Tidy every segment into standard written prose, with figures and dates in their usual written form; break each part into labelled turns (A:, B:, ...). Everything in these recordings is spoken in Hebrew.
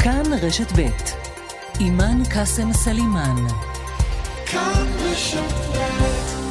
A: כאן רשת ב' אימן קאסם סלימן. כאן רשת ב'.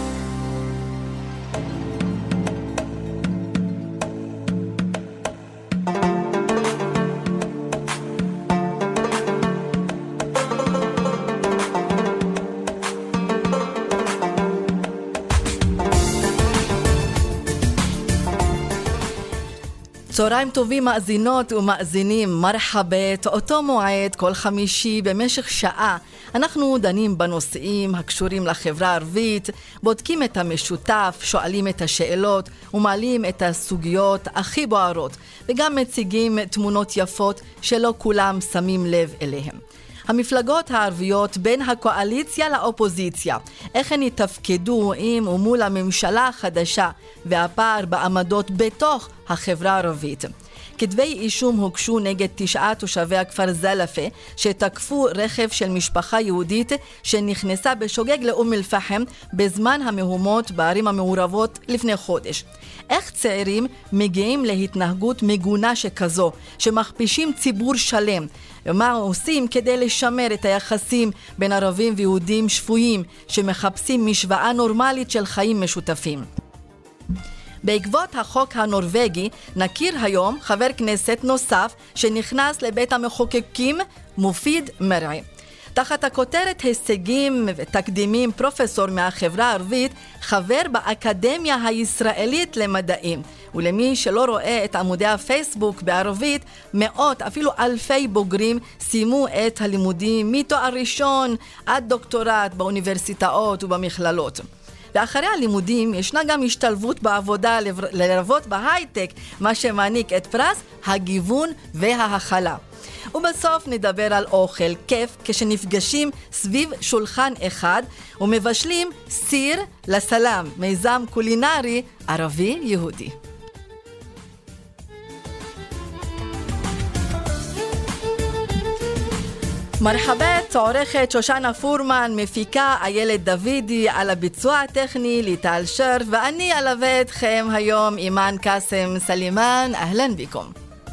A: צהריים טובים מאזינות ומאזינים, מרחבת, אותו מועד כל חמישי במשך שעה. אנחנו דנים בנושאים הקשורים לחברה הערבית, בודקים את המשותף, שואלים את השאלות ומעלים את הסוגיות הכי בוערות, וגם מציגים תמונות יפות שלא כולם שמים לב אליהם. המפלגות הערביות בין הקואליציה לאופוזיציה, איך הן יתפקדו עם ומול הממשלה החדשה והפער בעמדות בתוך החברה הערבית. כתבי אישום הוגשו נגד 9 תושבי הכפר זלפה שתקפו רכב של משפחה יהודית שנכנסה בשוגג לאום אל-פחם בזמן המהומות בערים המעורבות לפני חודש. איך צעירים מגיעים להתנהגות מגונה שכזו, שמכפישים ציבור שלם, ומה עושים כדי לשמר את היחסים בין ערבים ויהודים שפויים שמחפשים משוואה נורמלית של חיים משותפים. בעקבות החוק הנורווגי נכיר היום חבר כנסת נוסף שנכנס לבית המחוקקים, מופיד מרעי. תחת הכותרת הישגים ותקדימים, פרופסור מהחברה הערבית, חבר באקדמיה הישראלית למדעים. ולמי שלא רואה את עמודי הפייסבוק בערבית, מאות אפילו אלפי בוגרים סיימו את הלימודים מתואר ראשון עד דוקטורט באוניברסיטאות ובמכללות. ואחרי הלימודים ישנה גם השתלבות בעבודה, לרבות בהייטק, מה שמעניק את פרס הגיוון וההכלה. ובסוף נדבר על אוכל, כיף כשנפגשים סביב שולחן אחד ומבשלים סיר לסלם, מיזם קולינרי ערבי-יהודי. מרחבת, עורכת שושנה פורמן, מפיקה איילת דוידי, על הביצוע הטכני ליטל שרף, ואני אלווה אתכם היום אימן קאסם סלימן. אהלן ביקום.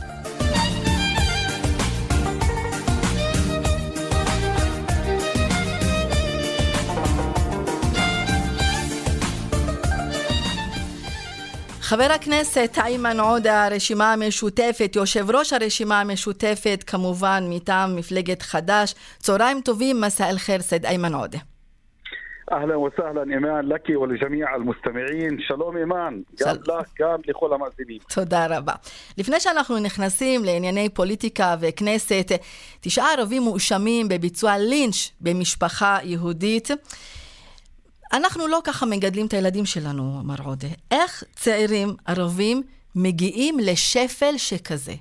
A: חבר הכנסת איימן עודה, הרשימה המשותפת, יושב ראש הרשימה המשותפת, כמובן מטעם מפלגת חד"ש. צהריים טובים, מסע אל-חיר סייד איימן עודה.
B: אהלן וסהלן אימן, לכי ולג'מיע המוסתמעין. שלום אימן, גם לך, גם לכל המאזינים.
A: תודה רבה. לפני שאנחנו נכנסים לענייני פוליטיקה וכנסת, 9 ערבים מואשמים בביצוע לינץ' במשפחה יהודית. אנחנו לא ככה מגדלים את הילדים שלנו, מר עודה. איך צעירים ערבים מגיעים לשפל שכזה?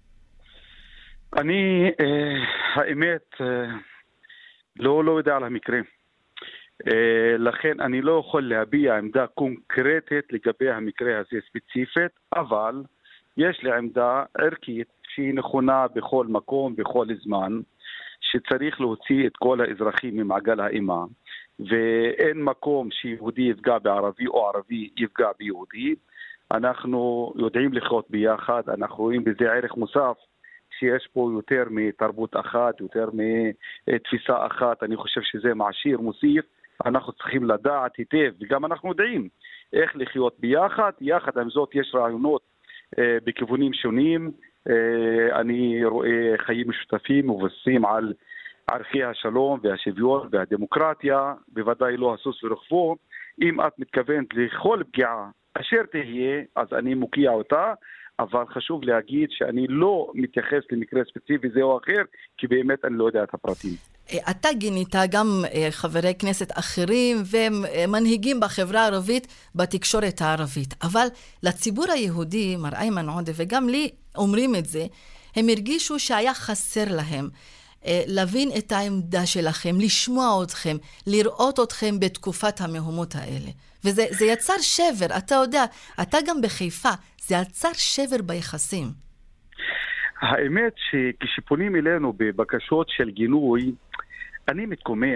B: אני, האמת, לא יודע על המקרה. לכן אני לא יכול להביע עמדה קונקרטית לגבי המקרה הזה ספציפית, אבל יש לי עמדה ערכית שהיא נכונה בכל מקום, בכל זמן, שצריך להוציא את כל האזרחים ממעגל האימה. ואין מקום שיהודי יפגע בערבי או ערבי יפגע ביהודי. אנחנו יודעים לחיות ביחד, אנחנו רואים בזה ערך מוסף שיש פה יותר מתרבות אחת, יותר מתפיסה אחת. אני חושב שזה מעשיר, מוסיף. אנחנו צריכים לדעת היטב, וגם אנחנו יודעים איך לחיות ביחד. יחד עם זאת יש רעיונות בכיוונים שונים. אני רואה חיים משותפים מבוססים על ערכי השלום והשוויון והדמוקרטיה, בוודאי לא הסוס ורחבו. אם את מתכוונת לכל פגיעה אשר תהיה, אז אני מוקיע אותה, אבל חשוב להגיד שאני לא מתייחס למקרה ספציפי זה או אחר, כי באמת אני לא יודע את הפרטים.
A: אתה גינית גם חברי כנסת אחרים ומנהיגים בחברה הערבית בתקשורת הערבית, אבל לציבור היהודי, מר איימן עודה, וגם לי אומרים את זה, הם הרגישו שהיה חסר להם להבין את העמדה שלכם, לשמוע אתכם, לראות אתכם בתקופת המהומות האלה. וזה יצר שבר, אתה יודע, אתה גם בחיפה, זה יצר שבר ביחסים.
B: האמת שכשפונים אלינו בבקשות של גינוי, אני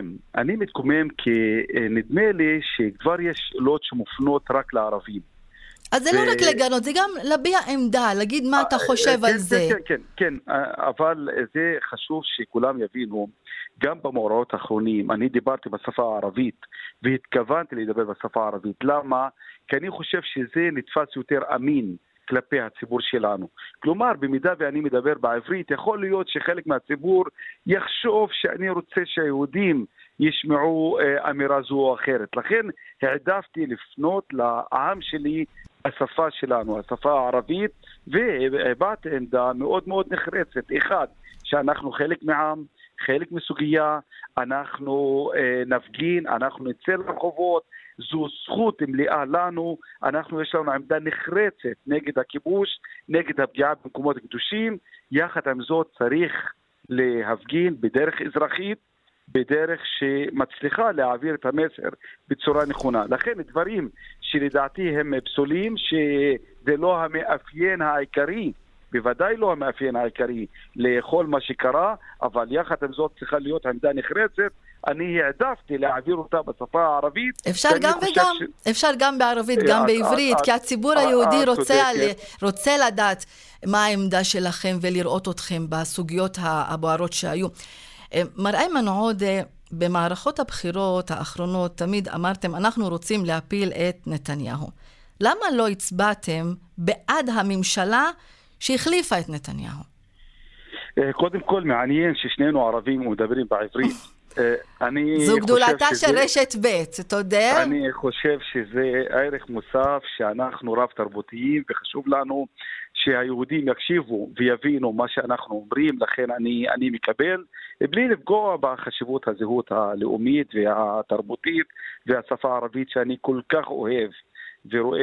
B: מתקומם כי נדמה לי שכבר יש שאלות שמופנות רק לערבים.
A: אז זה לא רק לגנות, זה גם להביע עמדה, להגיד מה אתה חושב על זה.
B: כן, אבל זה חשוב שכולם יבינו, גם במאורעות האחרונים, אני דיברתי בשפה הערבית, והתכוונתי לדבר בשפה הערבית. למה? כי אני חושב שזה נתפס יותר אמין כלפי הציבור שלנו. כלומר, במידה ואני מדבר בעברית, יכול להיות שחלק מהציבור יחשוב שאני רוצה שהיהודים ישמעו אמירה זו או אחרת. לכן העדפתי לפנות לעם שלי השפה שלנו, השפה הערבית, והבעתי עמדה מאוד מאוד נחרצת. אחד, שאנחנו חלק מעם, חלק מסוגיה, אנחנו נפגין, אנחנו נצא לרחובות, זו זכות מלאה לנו, יש לנו עמדה נחרצת נגד הכיבוש, נגד הפגיעה במקומות קדושים, יחד עם זאת צריך להפגין בדרך אזרחית, בדרך שמצליחה להעביר את המסר בצורה נכונה. לכן דברים שלדעתי הם פסולים, שזה לא המאפיין העיקרי, בוודאי לא המאפיין העיקרי לכל מה שקרה, אבל יחד עם זאת צריכה להיות עמדה נחרצת. אני העדפתי להעביר אותה בשפה הערבית.
A: אפשר גם וגם, אפשר גם בערבית, גם בעברית, כי הציבור היהודי רוצה לדעת מה העמדה שלכם ולראות אתכם בסוגיות הבוערות שהיו. מר איימן עודה, במערכות הבחירות האחרונות תמיד אמרתם, אנחנו רוצים להפיל את נתניהו. למה לא הצבעתם בעד הממשלה שהחליפה את נתניהו?
B: קודם כל מעניין ששנינו ערבים ומדברים בעברית.
A: זו גדולתה של רשת ב', אתה יודע?
B: אני חושב שזה ערך מוסף שאנחנו רב תרבותיים, וחשוב לנו שהיהודים יקשיבו ויבינו מה שאנחנו אומרים. לכן אני מקבל, בלי לפגוע בחשיבות הזהות הלאומית והתרבותית והשפה הערבית שאני כל כך אוהב ורואה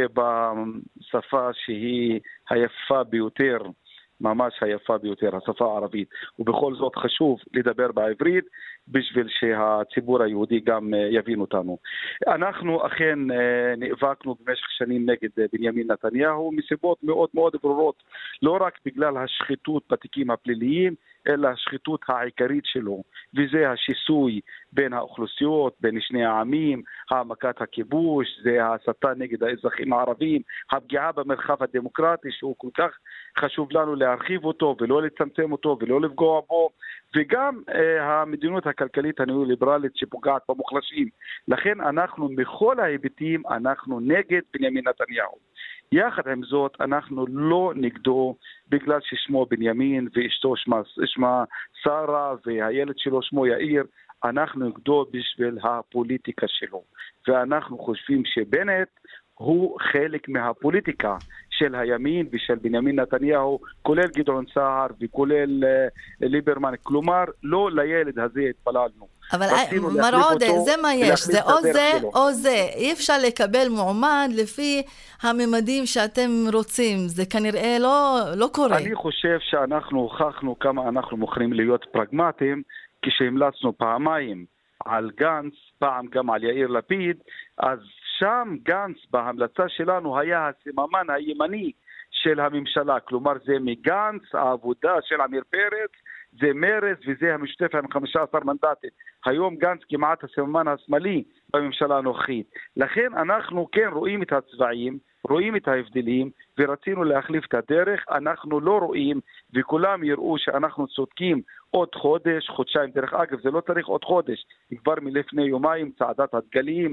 B: בשפה שהיא היפה ביותר, ממש היפה ביותר, השפה הערבית. ובכל זאת חשוב לדבר בעברית בשביל שהציבור היהודי גם יבין אותנו. אנחנו אכן נאבקנו במשך שנים נגד בנימין נתניהו מסיבות מאוד מאוד ברורות, לא רק בגלל השחיתות בתיקים הפליליים, אלא השחיתות העיקרית שלו, וזה השיסוי בין האוכלוסיות, בין שני העמים, העמקת הכיבוש, זה ההסתה נגד האזרחים הערבים, הפגיעה במרחב הדמוקרטי שהוא כל כך חשוב לנו להרחיב אותו ולא לצמצם אותו ולא לפגוע בו, וגם המדיניות הכלכלית הניאו-ליברלית שפוגעת במוחלשים. לכן אנחנו מכל ההיבטים אנחנו נגד בנימין נתניהו. יחד עם זאת אנחנו לא נגדו בגלל ששמו בנימין ואשתו שמה שרה והילד שלו שמו יאיר. אנחנו נגדו בשביל הפוליטיקה שלו, ואנחנו חושבים שבנט הוא חלק מהפוליטיקה של הימין ושל בנימין נתניהו, כולל גדעון סער וכולל ליברמן. כלומר, לא לילד הזה התפללנו.
A: אבל מר עודה, זה מה יש, זה או זה או זה. אי אפשר לקבל מועמד לפי הממדים שאתם רוצים. זה כנראה לא קורה.
B: אני חושב שאנחנו הוכחנו כמה אנחנו מוכנים להיות פרגמטיים, כשהמלצנו פעמיים על גנץ, פעם גם על יאיר לפיד, אז שם גנץ בהמלצה שלנו היה הסממן הימני של הממשלה. כלומר זה מגנץ, העבודה של עמיר פרץ, זה מרץ וזה המשותף עם 15 מנדטים. היום גנץ כמעט הסממן השמאלי בממשלה הנוכחית. לכן אנחנו כן רואים את הצבעים, רואים את ההבדלים, ורצינו להחליף את הדרך. אנחנו לא רואים, וכולם יראו שאנחנו צודקים עוד חודש, חודשיים. דרך אגב, זה לא צריך עוד חודש. כבר מלפני יומיים, צעדת הדגלים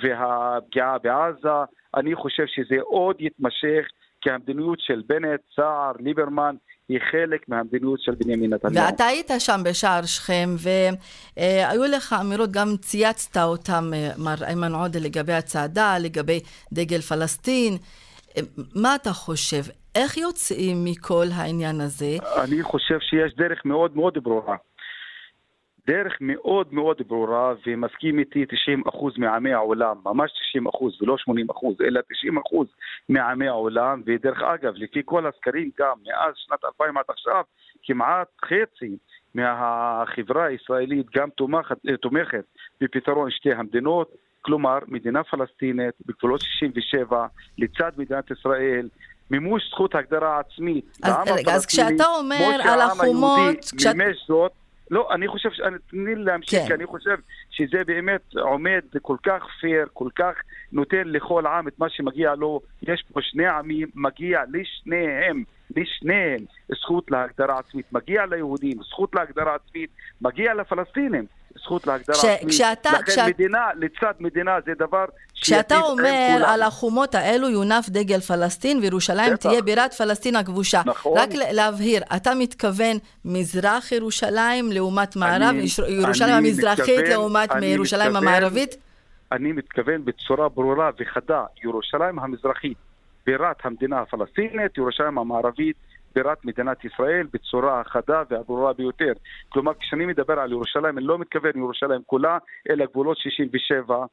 B: והפגיעה בעזה, אני חושב שזה עוד יתמשך, כי המדיניות של בנט, סער, ליברמן, היא חלק מהמדיניות של בנימין נתניהו.
A: ואתה היית שם בשער שכם, והיו לך אמירות, גם צייצת אותם, מר איימן עודה, לגבי הצעדה, לגבי דגל פלסטין. מה אתה חושב? איך יוצאים מכל העניין הזה?
B: אני חושב שיש דרך מאוד מאוד ברורה. דרך מאוד מאוד ברורה, ומסכים איתי 90% מעמי העולם, ממש 90% ולא 80%, אלא 90% מעמי העולם. ודרך אגב, לפי כל הסקרים גם, מאז שנת 2000 עד עכשיו, כמעט חצי מהחברה הישראלית גם תומכת בפתרון שתי המדינות, כלומר מדינה פלסטינית בגבולות 67 לצד מדינת ישראל, מימוש זכות הגדרה עצמית.
A: אז כשאתה אומר על החומות,
B: מימש זאת, לא, אני חושב תני להמשיך, כי אני חושב שזה באמת עומד כל כך פייר, כל כך נותן לכל עם את מה שמגיע לו. יש פה שני עמים, מגיע לשניהם זכות להגדרה עצמית. מגיע ליהודים זכות להגדרה עצמית, מגיע לפלסטינים זכות להגדרה עצמית. לכן מדינה לצד מדינה זה דבר
A: כשאתה אומר על החומות האלו יונף דגל פלסטין וירושלים תהיה בירת פלסטין הכבושה.
B: נכון.
A: רק להבהיר, אתה מתכוון מזרח ירושלים לעומת מערב, ירושלים המזרחית לעומת ירושלים המערבית?
B: אני מתכוון בצורה ברורה וחדה, ירושלים המזרחית בירת המדינה הפלסטינית, ירושלים המערבית בירת מדינת ישראל בצורה חדה והברורה ביותר. כלומר, כשאני מדבר על ירושלים, אני לא מתכוון ירושלים כולה, אלא גבולות 67,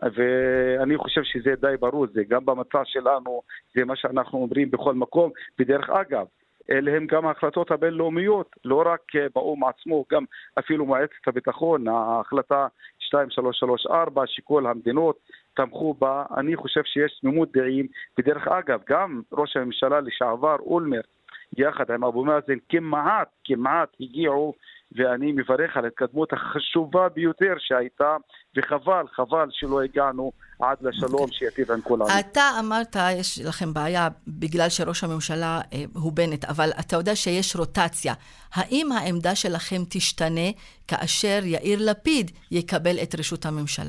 B: ואני חושב שזה די ברור, זה גם במצע שלנו, זה מה שאנחנו אומרים בכל מקום. בדרך אגב, אלה הם גם ההחלטות הבינלאומיות, לא רק באום עצמו, גם אפילו מועצת הביטחון, ההחלטה 2334, שכל המדינות תמכו בה. אני חושב שיש תמימות דעים, בדרך אגב, גם ראש הממשלה לשעבר אולמרט, יחד עם אבו מאזן, כמעט הגיעו, ואני מברך על ההתקדמות החשובה ביותר שהייתה, וחבל שלא הגענו עד לשלום שיטיב עם כולנו.
A: אתה אמרת, יש לכם בעיה בגלל שראש הממשלה הוא בנט, אבל אתה יודע שיש רוטציה. האם העמדה שלכם תשתנה כאשר יאיר לפיד יקבל את רשות הממשלה?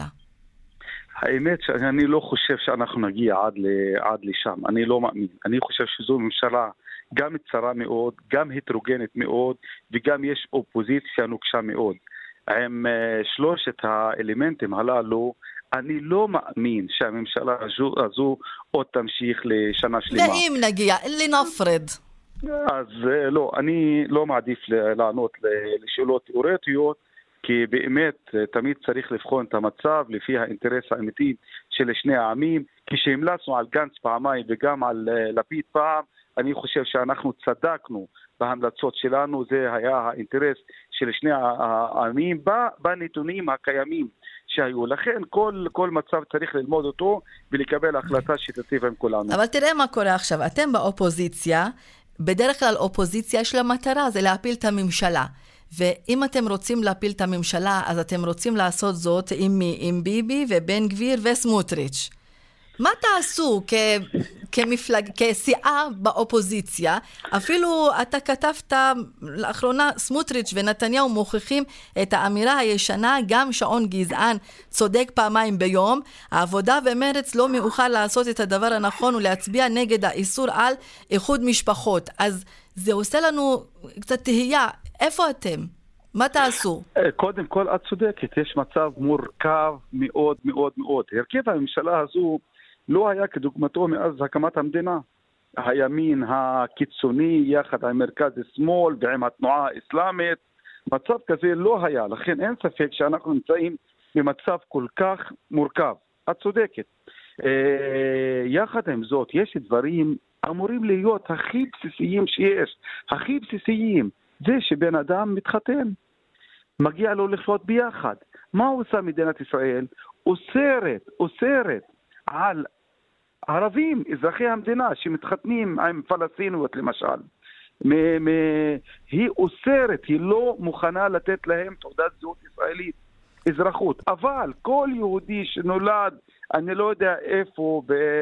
B: האמת שאני לא חושב שאנחנו נגיע עד לשם, אני לא מאמין. אני חושב שזו ממשלה גם צרה מאוד, גם הטרוגנית מאוד, וגם יש אופוזיציה נוקשה מאוד. עם שלושת האלמנטים הללו, אני לא מאמין שהממשלה הזו עוד תמשיך לשנה שלמה.
A: ואם נגיע, לנפרד.
B: אז לא, אני לא מעדיף לענות לשאלות תיאורטיות, כי באמת תמיד צריך לבחון את המצב לפי האינטרס האמיתי של שני העמים. כשהמלצנו על גנץ פעמיים וגם על לפיד פעם, אני חושב שאנחנו צדקנו בהמלצות שלנו, זה היה האינטרס של שני העמים בנתונים הקיימים שהיו. לכן כל מצב צריך ללמוד אותו ולקבל החלטה שתטיב עם כולנו.
A: אבל תראה מה קורה עכשיו, אתם באופוזיציה, בדרך כלל אופוזיציה יש לה מטרה, זה להפיל את הממשלה. ואם אתם רוצים להפיל את הממשלה, אז אתם רוצים לעשות זאת עם ביבי ובן גביר וסמוטריץ'. מה תעשו כסיעה באופוזיציה? אפילו אתה כתבת לאחרונה, סמוטריץ' ונתניהו מוכיחים את האמירה הישנה, גם שעון גזען צודק פעמיים ביום. העבודה ומרץ לא מאוחר לעשות את הדבר הנכון ולהצביע נגד האיסור על איחוד משפחות. אז זה עושה לנו קצת תהייה, איפה אתם? מה תעשו?
B: קודם כל את צודקת, יש מצב מורכב מאוד מאוד מאוד. הרכב הממשלה הזו לא היה כדוגמתו מאז הקמת המדינה. הימין הקיצוני יחד עם מרכז השמאל ועם התנועה האסלאמית, מצב כזה לא היה. לכן אין ספק שאנחנו נמצאים במצב כל כך מורכב. את צודקת. יחד עם זאת, יש דברים אמורים להיות הכי בסיסיים שיש. הכי בסיסיים זה שבן אדם מתחתן. מגיע לו לחיות ביחד. מה עושה מדינת ישראל? אוסרת על ערבים, אזרחי המדינה, שמתחתנים עם פלסטיניות למשל. היא אוסרת, היא לא מוכנה לתת להם תעודת זהות ישראלית, אזרחות. אבל כל יהודי שנולד, אני לא יודע איפה,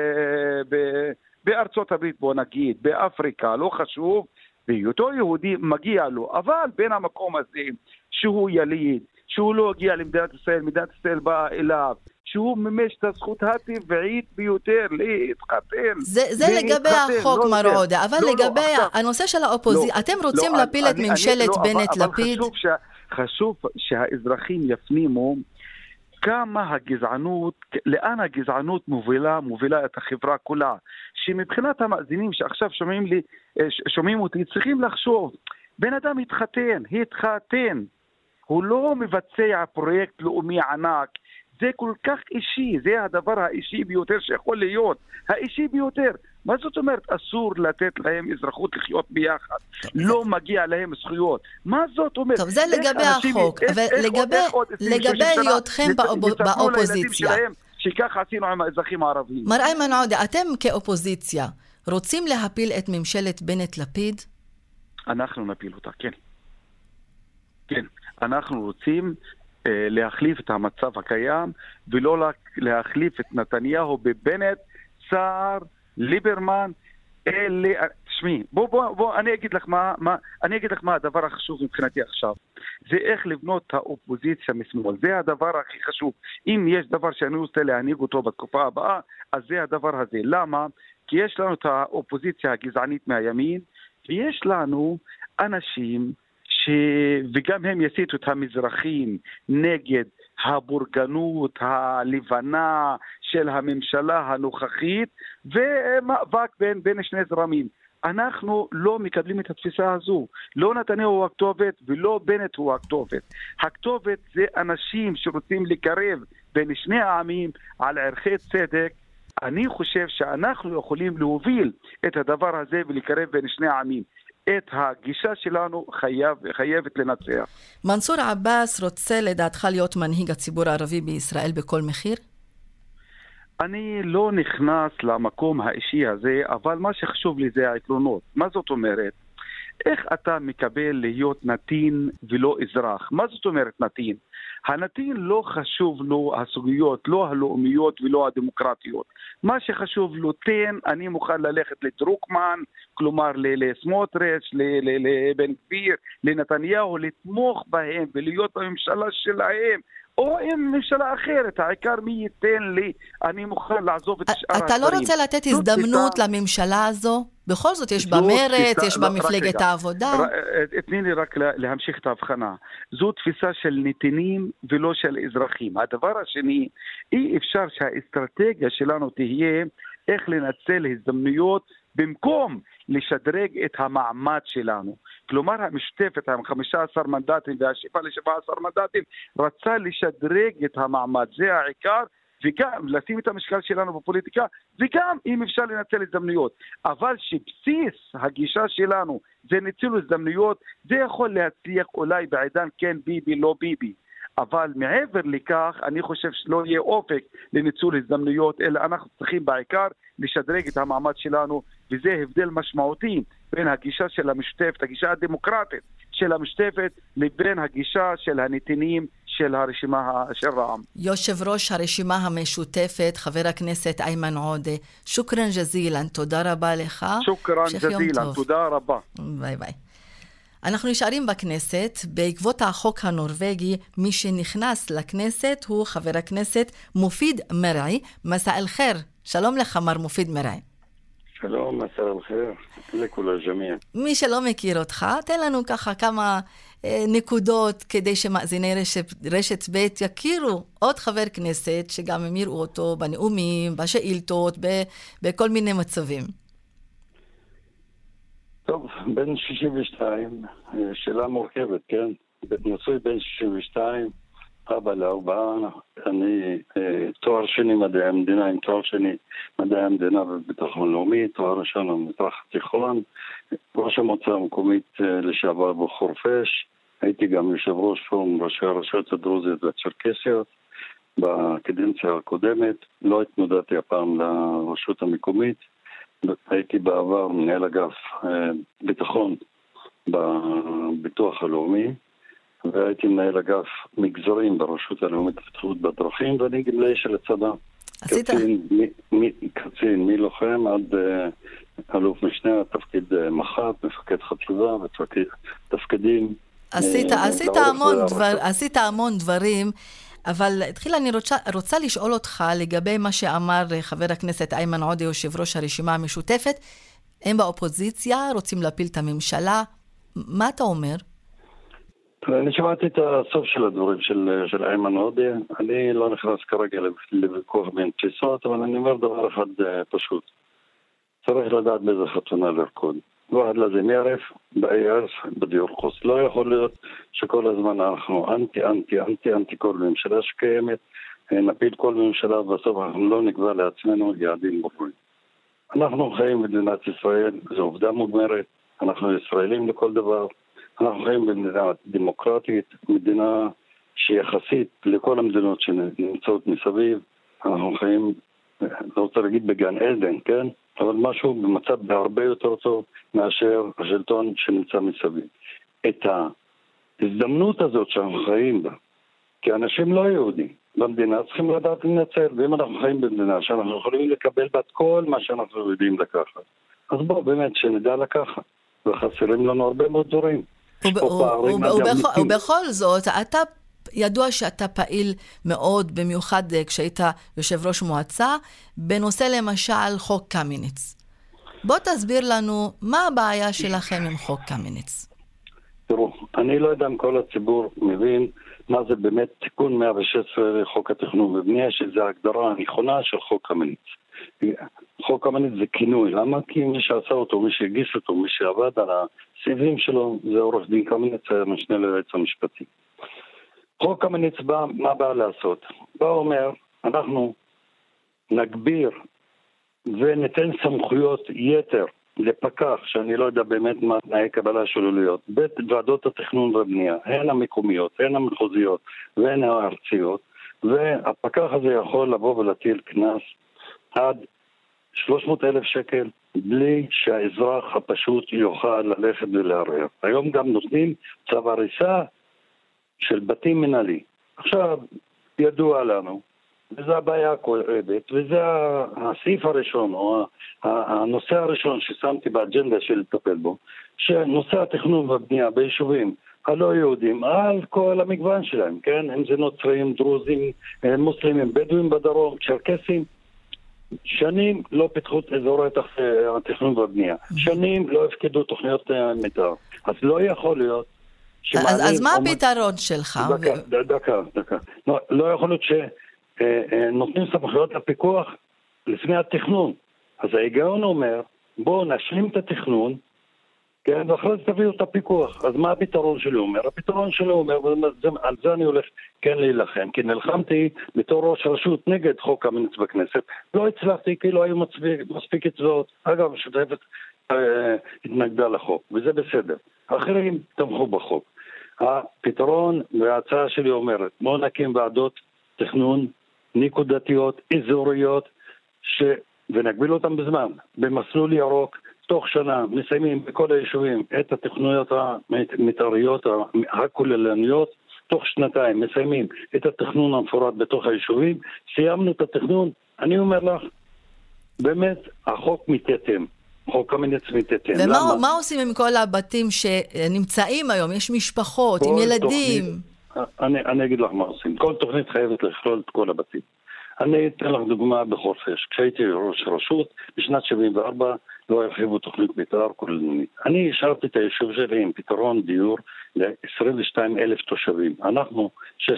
B: בארצות הברית בוא נגיד, באפריקה, לא חשוב, בהיותו יהודי מגיע לו. אבל בין המקום הזה, שהוא יליד, שהוא לא הגיע למדינת ישראל, מדינת ישראל באה אליו, שהוא ממש את הזכות הטבעית ביותר להתחתן.
A: זה לגבי החוק מרעודה, אבל לגבי הנושא של האופוזיציה, אתם רוצים להפיל את ממשלת בנט-לפיד?
B: חשוב שהאזרחים יפנימו כמה הגזענות, לאן הגזענות מובילה את החברה כולה. שמבחינת המאזינים שעכשיו שומעים אותי, צריכים לחשוב, בן אדם התחתן, הוא לא מבצע פרויקט לאומי ענק, זה כל כך אישי, זה הדבר האישי ביותר שיכול להיות, האישי ביותר. מה זאת אומרת? אסור לתת להם אזרחות לחיות ביחד, לא מגיע להם זכויות. מה זאת אומרת?
A: טוב, זה לגבי החוק, אבל לגבי היותכם באופוזיציה.
B: שכך עשינו עם האזרחים הערבים.
A: מר איימן עודה, אתם כאופוזיציה רוצים להפיל את ממשלת בנט-לפיד?
B: אנחנו נפיל אותה, כן. כן, אנחנו רוצים להחליף את המצב הקיים, ולא להחליף את נתניהו בבנט, סער, ליברמן, תשמעי, בוא, אני אגיד לך מה הדבר החשוב מבחינתי עכשיו. זה איך לבנות את האופוזיציה משמאל. זה הדבר הכי חשוב. אם יש דבר שאני רוצה להנהיג אותו בתקופה הבאה, אז זה הדבר הזה. למה? כי יש לנו את האופוזיציה הגזענית מהימין, ויש לנו אנשים וגם הם יסיתו את המזרחים נגד הבורגנות הלבנה של הממשלה הנוכחית, ומאבק בין שני זרמים. אנחנו לא מקבלים את התפיסה הזו. לא נתניהו הוא הכתובת ולא בנט הוא הכתובת. הכתובת זה אנשים שרוצים לקרב בין שני העמים על ערכי צדק. אני חושב שאנחנו יכולים להוביל את הדבר הזה ולקרב בין שני העמים. את הגישה שלנו חייבת לנצח.
A: מנסור עבאס רוצה לדעתך להיות מנהיג הציבור הערבי בישראל בכל מחיר?
B: אני לא נכנס למקום האישי הזה, אבל מה שחשוב לי זה העקרונות. מה זאת אומרת? איך אתה מקבל להיות נתין ולא אזרח? מה זאת אומרת נתין? הנתין לא חשוב לו הסוגיות, לא הלאומיות ולא הדמוקרטיות. מה שחשוב לו, אני מוכן ללכת לדרוקמן, כלומר לסמוטריץ', לבן גביר, לנתניהו, לתמוך בהם ולהיות בממשלה שלהם, או עם ממשלה אחרת, העיקר מי ייתן לי, אני מוכן לעזוב את שאר הדברים.
A: אתה לא רוצה לתת הזדמנות לממשלה הזו? בכל זאת יש בה מרץ, יש בה מפלגת העבודה.
B: תני לי רק להמשיך את ההבחנה. זו תפיסה של נתינים ולא של אזרחים. הדבר השני, אי אפשר שהאסטרטגיה שלנו תהיה איך לנצל הזדמנויות במקום לשדרג את המעמד שלנו. כלומר, המשותפת, 15 מנדטים והשאיפה ל17 מנדטים, רצה לשדרג את המעמד. זה העיקר, וגם לשים את המשקל שלנו בפוליטיקה, וגם אם אפשר לנצל הזדמנויות. אבל שבסיס הגישה שלנו זה ניצול הזדמנויות, זה יכול להצליח אולי בעידן כן ביבי, לא ביבי. אבל מעבר לכך, אני חושב שלא יהיה אופק לניצול הזדמנויות, אלא אנחנו צריכים בעיקר לשדרג את המעמד שלנו, וזה הבדל משמעותי בין הגישה של המשותפת, הגישה הדמוקרטית של המשותפת, לבין הגישה של הנתינים של הרשימה של רע"מ.
A: יושב ראש הרשימה המשותפת, חבר הכנסת איימן עודה, שוקרן ג'זילן, תודה רבה לך.
B: שוקרן ג'זילן, תודה רבה.
A: ביי ביי. אנחנו נשארים בכנסת. בעקבות החוק הנורווגי, מי שנכנס לכנסת הוא חבר הכנסת מופיד מרעי. מסע אל חיר. שלום לך, מר מופיד מרעי.
C: שלום, מסע אל חיר. לכול הג'מיע.
A: מי שלא מכיר אותך, תן לנו ככה כמה נקודות כדי שמאזיני רשת ב' יכירו עוד חבר כנסת שגם הם יראו אותו בנאומים, בשאילתות, בכל מיני מצבים.
C: טוב, בן 62, שאלה מורכבת, כן? נשוי בן 62, אבא לארבעה, אני תואר שני מדעי המדינה, עם תואר שני מדעי המדינה וביטחון לאומי, תואר ראשון במזרח התיכון, ראש המועצה המקומית לשעבר בחורפיש, הייתי גם יושב ראש פורום ראשי הרשויות הדרוזיות והצ'רקסיות בקדנציה הקודמת, לא התמודדתי הפעם לרשות המקומית, הייתי בעבר מנהל אגף ביטחון בביטוח הלאומי, והייתי מנהל אגף מגזרים ברשות הלאומית לבטיחות בדרכים, ואני גמלאי של הצבא. קצין מלוחם עד אלוף משנה, תפקיד מח"ט, מפקד חטיבה ותפקידים.
A: עשית המון דברים, אבל תחילה אני רוצה לשאול אותך לגבי מה שאמר חבר הכנסת איימן עודה, יושב ראש הרשימה המשותפת. הם באופוזיציה, רוצים להפיל את הממשלה. מה אתה אומר?
C: אני שמעתי את הסוף של הדברים של איימן עודה. אני לא נכנס כרגע לוויכוח בין תפיסות, אבל אני אומר דבר אחד פשוט. צריך לדעת באיזה חתונה לרקוד. ועד לזה מערף, בערף, בדיור חוץ. לא יכול להיות שכל הזמן אנחנו אנטי כל ממשלה שקיימת, נפיל כל ממשלה, ובסוף אנחנו לא נקבע לעצמנו יעדים ברורים. אנחנו חיים במדינת ישראל, זו עובדה מוגמרת, אנחנו ישראלים לכל דבר, אנחנו חיים במדינה דמוקרטית, מדינה שיחסית לכל המדינות שנמצאות מסביב, אנחנו חיים, לא רוצה להגיד בגן עדן, כן? אבל משהו במצב בהרבה יותר טוב מאשר השלטון שנמצא מסביב. את ההזדמנות הזאת שאנחנו חיים בה, כי אנשים לא יהודים במדינה צריכים לדעת לנצל, ואם אנחנו חיים במדינה שאנחנו יכולים לקבל בת כל מה שאנחנו יודעים לקחת, אז בואו באמת שנדע לקחת, וחסרים לנו הרבה מאוד דברים.
A: ובכל זאת, אתה ידוע שאתה פעיל מאוד, במיוחד כשהיית יושב ראש מועצה, בנושא למשל חוק קמיניץ. בוא תסביר לנו מה הבעיה שלכם עם חוק קמיניץ.
C: תראו, אני לא יודע אם כל הציבור מבין מה זה באמת תיקון 116 לחוק התכנון ובנייה, שזה ההגדרה הנכונה של חוק קמיניץ. חוק קמיניץ זה כינוי, למה? כי מי שעשה אותו, מי שהגיש אותו, מי שעבד על הסעיפים שלו, זה עורך דין קמיניץ, המשנה ליועץ המשפטי. חוק קמיניץ מה בא לעשות? בא אומר, אנחנו נגביר וניתן סמכויות יתר לפקח, שאני לא יודע באמת מה תנאי קבלה שלו להיות, בוועדות התכנון והבנייה, הן המקומיות, הן המחוזיות והן הארציות, והפקח הזה יכול לבוא ולהטיל קנס עד 300,000 שקל, בלי שהאזרח הפשוט יוכל ללכת ולערער. היום גם נותנים צו הריסה של בתים מנהלי. עכשיו, ידוע לנו, וזו הבעיה הכואבת, וזה הסעיף הראשון, או הנושא הראשון ששמתי באג'נדה של לטפל בו, שנושא התכנון והבנייה ביישובים הלא יהודים, על כל המגוון שלהם, כן? אם זה נוצרים, דרוזים, מוסלמים, בדואים בדרום, צ'רקסים, שנים לא פיתחו את אזורי התכנון והבנייה. שנים לא הפקדו תוכניות מתאר. אז לא יכול להיות
A: אז מה הפתרון שלך?
C: דקה. לא יכול להיות שנותנים סמכויות לפיקוח לפני התכנון. אז ההיגיון אומר, בואו נשלים את התכנון, כן, ואחרי זה תביאו את הפיקוח. אז מה הפתרון שלי אומר? הפתרון שלי אומר, על זה אני הולך כן להילחם, כי נלחמתי בתור ראש רשות נגד חוק קמיניץ בכנסת, לא הצלחתי כי לא היו מספיק הצבעות. אגב, השותפת התנגדה לחוק, וזה בסדר. האחרים תמכו בחוק. הפתרון וההצעה שלי אומרת, בואו נקים ועדות תכנון נקודתיות, אזוריות, ונגביל אותם בזמן, במסלול ירוק, תוך שנה מסיימים בכל היישובים את התכנויות המתאריות הכוללניות, תוך שנתיים מסיימים את התכנון המפורט בתוך היישובים, סיימנו את התכנון, אני אומר לך, באמת החוק מתייתם. חוק קמיניץ מתייתם.
A: ומה עושים עם כל הבתים שנמצאים היום? יש משפחות עם ילדים.
C: אני אגיד לך מה עושים. כל תוכנית חייבת לכלול את כל הבתים. אני אתן לך דוגמה בחורפיש. כשהייתי ראש רשות, בשנת 74 לא הרחיבו תוכנית מתאר כוללנית. אני השארתי את היישוב שלי עם פתרון דיור ל-22,000 תושבים. אנחנו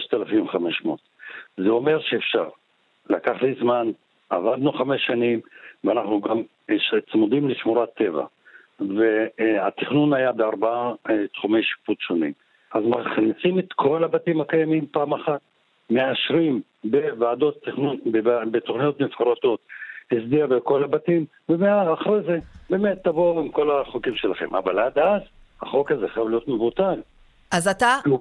C: 6,500. זה אומר שאפשר. לקח לי זמן, עבדנו 5 שנים, ואנחנו גם צמודים לשמורת טבע. והתכנון היה ב4 תחומי שיפוט שונים. אז מכניסים את כל הבתים הקיימים פעם אחת, מאשרים בוועדות תכנון, בתוכניות מפורטות, הסדר בכל הבתים, ואחרי זה באמת תבואו עם כל החוקים שלכם. אבל עד אז, החוק הזה חייב להיות מבוטל.
A: אז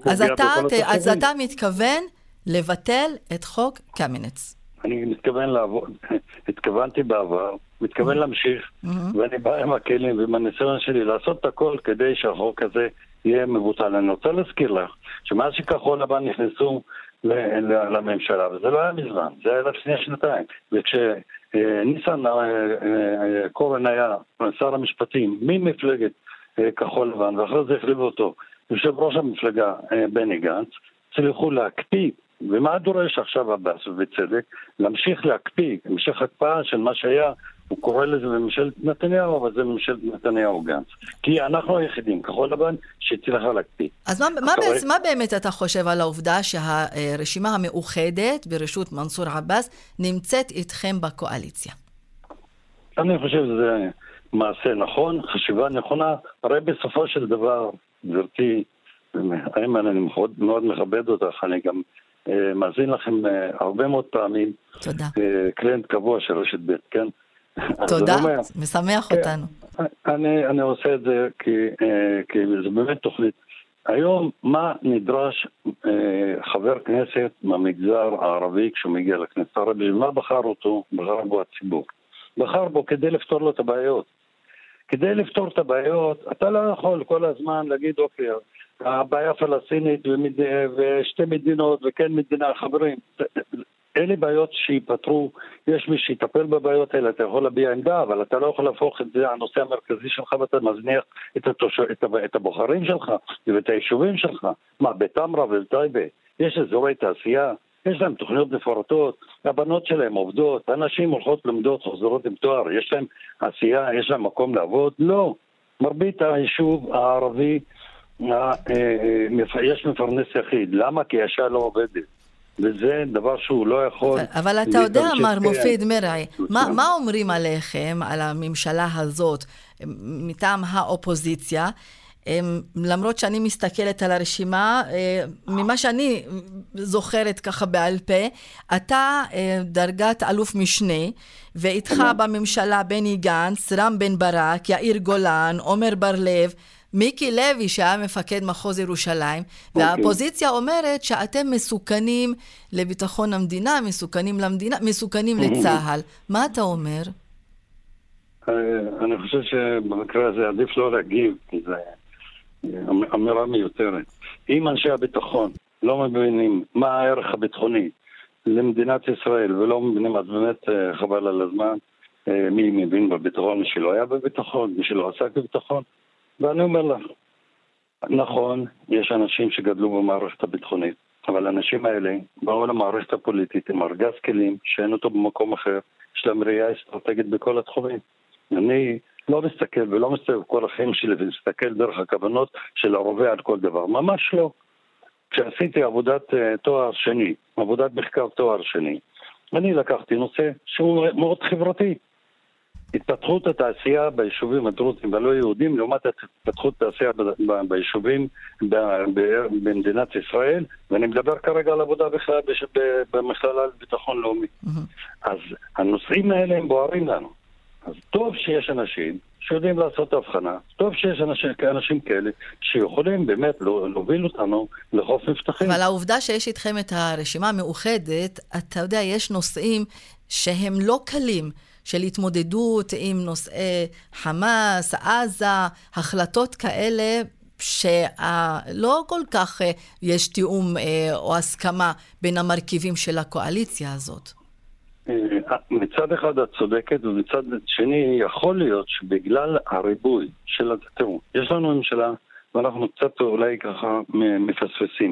A: אתה מתכוון לבטל את חוק קמיניץ.
C: אני מתכוון לעבוד, התכוונתי בעבר, מתכוון להמשיך, ואני בא עם הכלים ועם הניסיון שלי לעשות את הכל כדי שהחוק הזה יהיה מבוטל. אני רוצה להזכיר לך, שמאז שכחול לבן נכנסו לממשלה, וזה לא היה מזמן, זה היה לפני 2 וכשניסן קורן היה שר המשפטים ממפלגת כחול לבן, ואחרי זה החליף אותו יושב ראש המפלגה בני גנץ, צריכו להקפיא, ומה דורש עכשיו עבאס ובצדק? להמשיך להקפיא, המשך הקפאה של מה שהיה, הוא קורא לזה בממשלת נתניהו, אבל זה בממשלת נתניהו גנץ. כי אנחנו היחידים, כחול לבן, שצריכה להקפיא.
A: אז מה באמת אתה חושב על העובדה שהרשימה המאוחדת בראשות מנסור עבאס נמצאת איתכם בקואליציה?
C: אני חושב שזה מעשה נכון, חשיבה נכונה, הרי בסופו של דבר, גברתי, איימן, אני מאוד מכבד אותך, אני גם מאזין לכם הרבה מאוד פעמים.
A: תודה.
C: קליינט קבוע של רשת ב', כן?
A: תודה, משמח אותנו.
C: אני עושה את זה כי זה באמת תוכנית. היום מה נדרש חבר כנסת מהמגזר הערבי כשהוא מגיע לכנסת? הרי מה בחר אותו? בחר בו הציבור. בחר בו כדי לפתור לו את הבעיות. כדי לפתור את הבעיות, אתה לא יכול כל הזמן להגיד, אוקיי, הבעיה הפלסטינית ושתי מדינות וכן מדינה, חברים, אלה בעיות שיפתרו, יש מי שיטפל בבעיות האלה, אתה יכול להביע עמדה, אבל אתה לא יכול להפוך את זה הנושא המרכזי שלך, ואתה מזניח את הבוחרים שלך ואת היישובים שלך. מה, בתמרה ובטייבה יש אזורי תעשייה, יש להם תוכניות מפורטות, הבנות שלהם עובדות, אנשים הולכות למדות, חוזרות עם תואר, יש להם עשייה, יש להם מקום לעבוד? לא. מרבית היישוב הערבי יש מפרנס יחיד. למה? כי האישה לא עובדת. וזה דבר שהוא לא יכול...
A: אבל אתה יודע, מר מופיד מרעי, מה אומרים עליכם, על הממשלה הזאת, מטעם האופוזיציה? למרות שאני מסתכלת על הרשימה, ממה שאני זוכרת ככה בעל פה, אתה דרגת אלוף משנה, ואיתך בממשלה בני גנץ, רם בן ברק, יאיר גולן, עומר בר לב, מיקי לוי שהיה מפקד מחוז ירושלים, והאופוזיציה אומרת שאתם מסוכנים לביטחון המדינה, מסוכנים למדינה, מסוכנים לצהל. מה אתה אומר?
C: אני חושב שבמקרה הזה עדיף לא להגיב, כי זה אמירה מיותרת. אם אנשי הביטחון לא מבינים מה הערך הביטחוני למדינת ישראל ולא מבינים, אז באמת חבל על הזמן. מי מבין בביטחון? מי שלא היה בביטחון, מי שלא עסק בביטחון. ואני אומר לך, נכון, יש אנשים שגדלו במערכת הביטחונית, אבל האנשים האלה באו למערכת הפוליטית עם ארגז כלים שאין אותו במקום אחר, יש להם ראייה אסטרטגית בכל התחומים. אני לא מסתכל ולא מסתכל כל החיים שלי ולהסתכל דרך הכוונות של הרובה על כל דבר, ממש לא. כשעשיתי עבודת תואר שני, עבודת מחקר תואר שני, אני לקחתי נושא שהוא מאוד חברתי. התפתחות התעשייה ביישובים הדרוזיים והלא יהודים לעומת התפתחות התעשייה ביישובים במדינת ישראל, ואני מדבר כרגע על עבודה בכלל במכללה לביטחון לאומי. אז הנושאים האלה הם בוערים לנו. אז טוב שיש אנשים שיודעים לעשות הבחנה, טוב שיש אנשים כאלה שיכולים באמת להוביל אותנו לחוף מבטחים.
A: אבל העובדה שיש איתכם את הרשימה המאוחדת, אתה יודע, יש נושאים שהם לא קלים, של התמודדות עם נושאי חמאס, עזה, החלטות כאלה שלא כל כך יש תיאום או הסכמה בין המרכיבים של הקואליציה הזאת.
C: מצד אחד את צודקת, ומצד שני יכול להיות שבגלל הריבוי של התיאום, יש לנו ממשלה ואנחנו קצת אולי ככה מפספסים.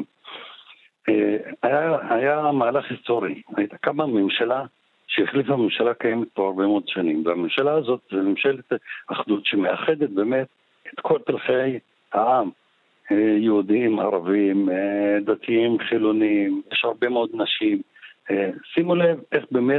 C: היה מהלך היסטורי, הייתה כמה ממשלה שהחליפה ממשלה קיימת פה הרבה מאוד שנים, והממשלה הזאת זה ממשלת אחדות שמאחדת באמת את כל פלחי העם, יהודים, ערבים, דתיים, חילונים, יש הרבה מאוד נשים. שימו לב איך באמת,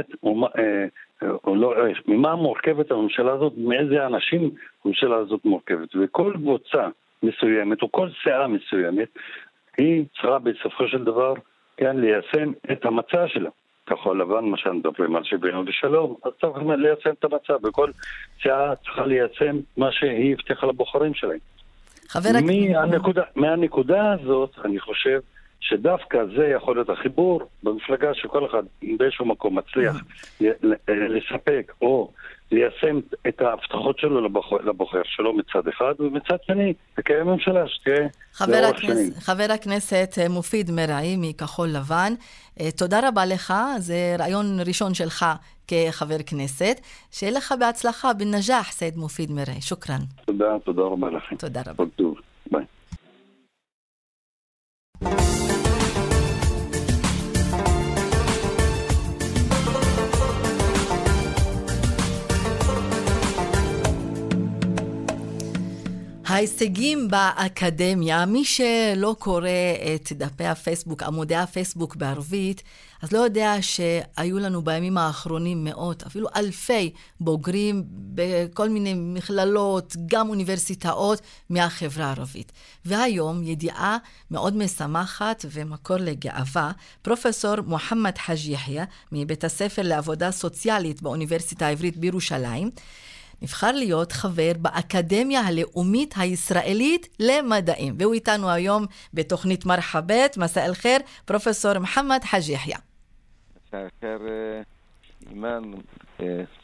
C: ממה מורכבת הממשלה הזאת, מאיזה אנשים הממשלה הזאת מורכבת, וכל קבוצה מסוימת או כל סיעה מסוימת היא צריכה בסופו של דבר כן ליישם את המצע שלה. כחול לבן, מה שמדברים על שוויון ושלום, אז צריך ליישם את המצע, וכל סיעה צריכה ליישם מה שהיא הבטיחה לבוחרים שלהם. מהנקודה הזאת אני חושב שדווקא זה יכול להיות החיבור במפלגה שכל אחד באיזשהו מקום מצליח לספק או ליישם את ההבטחות שלו לבוחר שלו מצד אחד, ומצד שני לקיים ממשלה שתהיה לאורך שנים.
A: חבר הכנסת מופיד מרעי מכחול לבן, תודה רבה לך, זה רעיון ראשון שלך כחבר כנסת, שיהיה לך בהצלחה בנג'אח סייד מופיד מרעי, שוקרן.
C: תודה רבה לכם.
A: תודה רבה.
C: ביי.
A: ההישגים באקדמיה, מי שלא קורא את דפי הפייסבוק, עמודי הפייסבוק בערבית, אז לא יודע שהיו לנו בימים האחרונים מאות, אפילו אלפי בוגרים בכל מיני מכללות, גם אוניברסיטאות מהחברה הערבית. והיום ידיעה מאוד משמחת ומקור לגאווה, פרופסור מוחמד חאג' יחיא, מבית הספר לעבודה סוציאלית באוניברסיטה העברית בירושלים, נבחר להיות חבר באקדמיה הלאומית הישראלית למדעים. והוא איתנו היום בתוכנית מרחבת, מסע אל חיר, פרופסור מוחמד חאג' יחיא.
D: מסע אל חיר, אימן,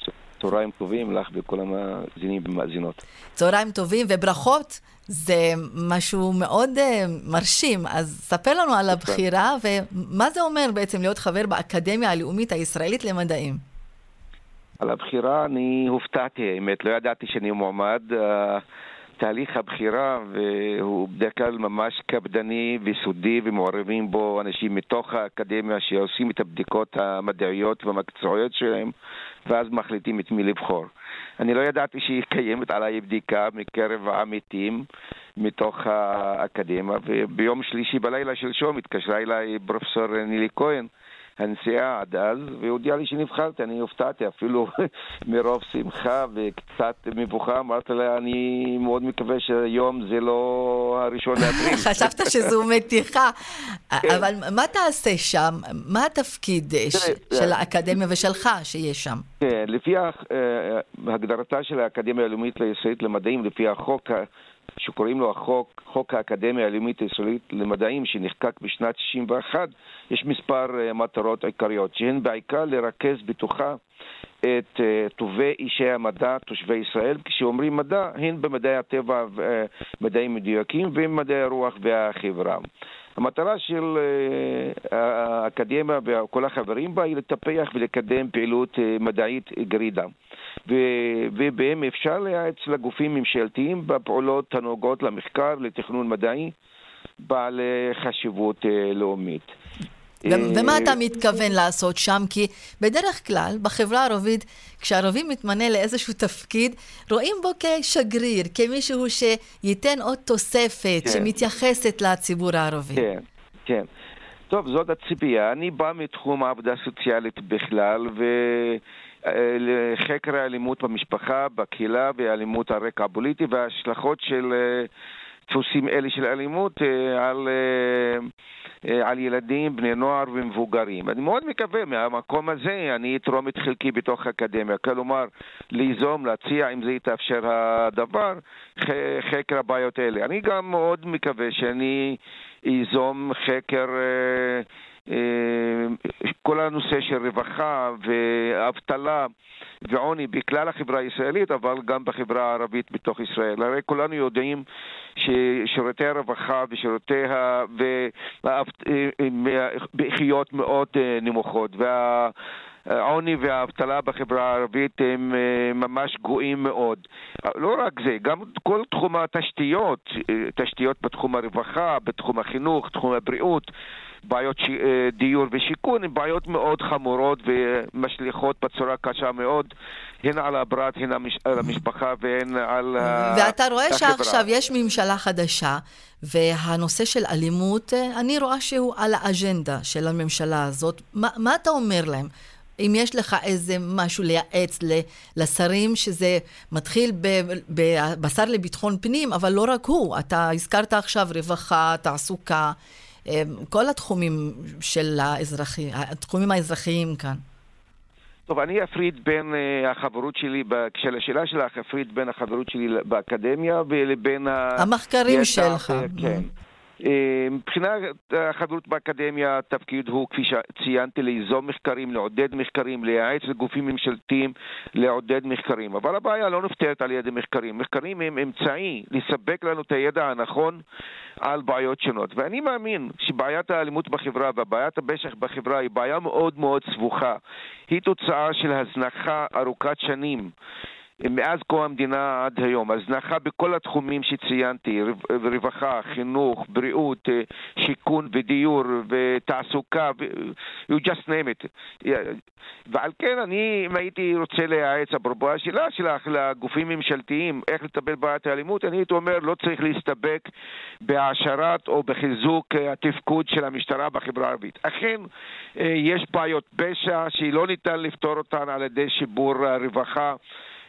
D: צהריים טובים לך וכל המאזינים ומאזינות.
A: צהריים טובים וברכות, זה משהו מאוד מרשים. אז ספר לנו על הבחירה, ומה זה אומר בעצם להיות חבר באקדמיה הלאומית הישראלית למדעים?
D: על הבחירה אני הופתעתי, האמת, לא ידעתי שאני מועמד. תהליך הבחירה הוא בדרך כלל ממש קפדני וסודי, ומעורבים בו אנשים מתוך האקדמיה שעושים את הבדיקות המדעיות והמקצועיות שלהם, ואז מחליטים את מי לבחור. אני לא ידעתי שהיא קיימת עליי בדיקה מקרב העמיתים מתוך האקדמיה, וביום שלישי בלילה שלשום התקשרה אליי פרופסור נילי כהן, הנשיאה עד אז, והודיעה לי שנבחרתי. אני הופתעתי אפילו מרוב שמחה וקצת מבוכה. אמרתי לה, אני מאוד מקווה שהיום זה לא הראשון לאפריל.
A: חשבת שזו מתיחה. אבל מה תעשה שם? מה התפקיד של האקדמיה ושלך שיש שם?
D: לפי הגדרתה של האקדמיה הלאומית הישראלית למדעים, לפי החוק שקוראים לו חוק האקדמיה הלאומית הישראלית למדעים, שנחקק בשנת 61, יש מספר מטרות עיקריות, שהן בעיקר לרכז בתוכה את טובי אישי המדע, תושבי ישראל. כשאומרים מדע, הן במדעי הטבע ומדעים מדויקים, ומדעי הרוח והחברה. המטרה של האקדמיה וכל החברים בה היא לטפח ולקדם פעילות מדעית גרידה, ובהם אפשר לייעץ לגופים ממשלתיים בפעולות הנוגעות למחקר, לתכנון מדעי, בעל חשיבות לאומית.
A: ומה אתה מתכוון לעשות שם? כי בדרך כלל, בחברה הערבית, כשערבי מתמנה לאיזשהו תפקיד, רואים בו כשגריר, כמישהו שייתן עוד תוספת, שמתייחסת לציבור הערבי.
D: כן, כן. טוב, זאת הציפייה. אני בא מתחום העבודה הסוציאלית בכלל, לחקר האלימות במשפחה, בקהילה, והאלימות על רקע פוליטי, וההשלכות של דפוסים אלה של אלימות על ילדים, בני נוער ומבוגרים. אני מאוד מקווה מהמקום הזה אני אתרום את חלקי בתוך האקדמיה, כלומר ליזום, להציע, אם זה יתאפשר הדבר, חקר הבעיות האלה. אני גם מאוד מקווה שאני איזום חקר כל הנושא של רווחה ואבטלה ועוני בכלל החברה הישראלית, אבל גם בחברה הערבית בתוך ישראל. הרי כולנו יודעים ששירותי הרווחה ושירותי באיכויות מאוד נמוכות, והעוני והאבטלה בחברה הערבית הם ממש גואים מאוד. לא רק זה, גם כל תחום התשתיות, תשתיות בתחום הרווחה, בתחום החינוך, תחום הבריאות, בעיות דיור ושיקון, הן בעיות מאוד חמורות ומשליכות בצורה קשה מאוד, הן על הפרט, הן על המשפחה והן על החברה.
A: ואתה רואה שעכשיו יש ממשלה חדשה, והנושא של אלימות, אני רואה שהוא על האג'נדה של הממשלה הזאת. מה אתה אומר להם? אם יש לך איזה משהו לייעץ לשרים, שזה מתחיל בשר לביטחון פנים, אבל לא רק הוא. אתה הזכרת עכשיו רווחה, תעסוקה, כל התחומים של התחומים האזרחיים כאן.
D: טוב, אני אפריד בין החברות שלי, כשהשאלה שלך אפריד בין החברות שלי באקדמיה ולבין
A: המחקרים שלך.
D: כן. מבחינת החברות באקדמיה, התפקיד הוא, כפי שציינתי, ליזום מחקרים, לעודד מחקרים, לייעץ לגופים ממשלתיים, לעודד מחקרים. אבל הבעיה לא נפתרת על ידי מחקרים. מחקרים הם אמצעי לספק לנו את הידע הנכון על בעיות שונות. ואני מאמין שבעיית האלימות בחברה ובעיית הבשך בחברה היא בעיה מאוד מאוד סבוכה. היא תוצאה של הזנחה ארוכת שנים. מאז קום המדינה עד היום, הזנחה בכל התחומים שציינתי, רווחה, חינוך, בריאות, שיכון ודיור ותעסוקה, you just name it. ועל כן אם הייתי רוצה לייעץ, אפרופו השאלה שלך לגופים ממשלתיים, איך לטפל בעיית האלימות, אני הייתי אומר, לא צריך להסתפק בהעשרת או בחיזוק התפקוד של המשטרה בחברה הערבית. אכן, יש בעיות פשע שלא ניתן לפתור אותן על ידי שיפור הרווחה,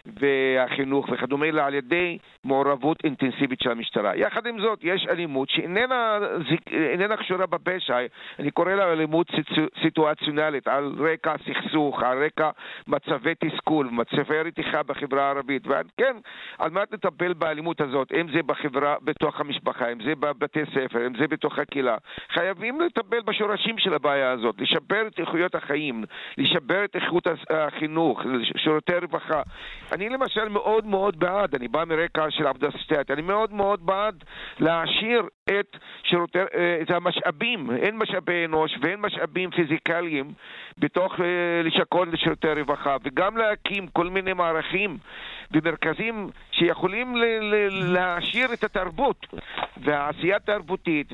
D: והחינוך וכדומה, אלא על ידי מעורבות אינטנסיבית של המשטרה. יחד עם זאת, יש אלימות שאיננה קשורה בפשע, אני קורא לה אלימות סיטואציונלית, על רקע סכסוך, על רקע מצבי תסכול, מצבי רתיחה בחברה הערבית, וכן, על מנת לטפל באלימות הזאת, אם זה בחברה, בתוך המשפחה, אם זה בבתי ספר, אם זה בתוך הקהילה, חייבים לטפל בשורשים של הבעיה הזאת, לשפר את איכויות החיים, לשפר את איכות החינוך, שירותי רווחה. אני למשל מאוד מאוד בעד, אני בא מרקע של עבודה סטטית, אני מאוד מאוד בעד להעשיר את המשאבים, אין משאבי אנוש ואין משאבים פיזיקליים בתוך לשכות לשירותי רווחה, וגם להקים כל מיני מערכים במרכזים שיכולים להעשיר את התרבות והעשייה התרבותית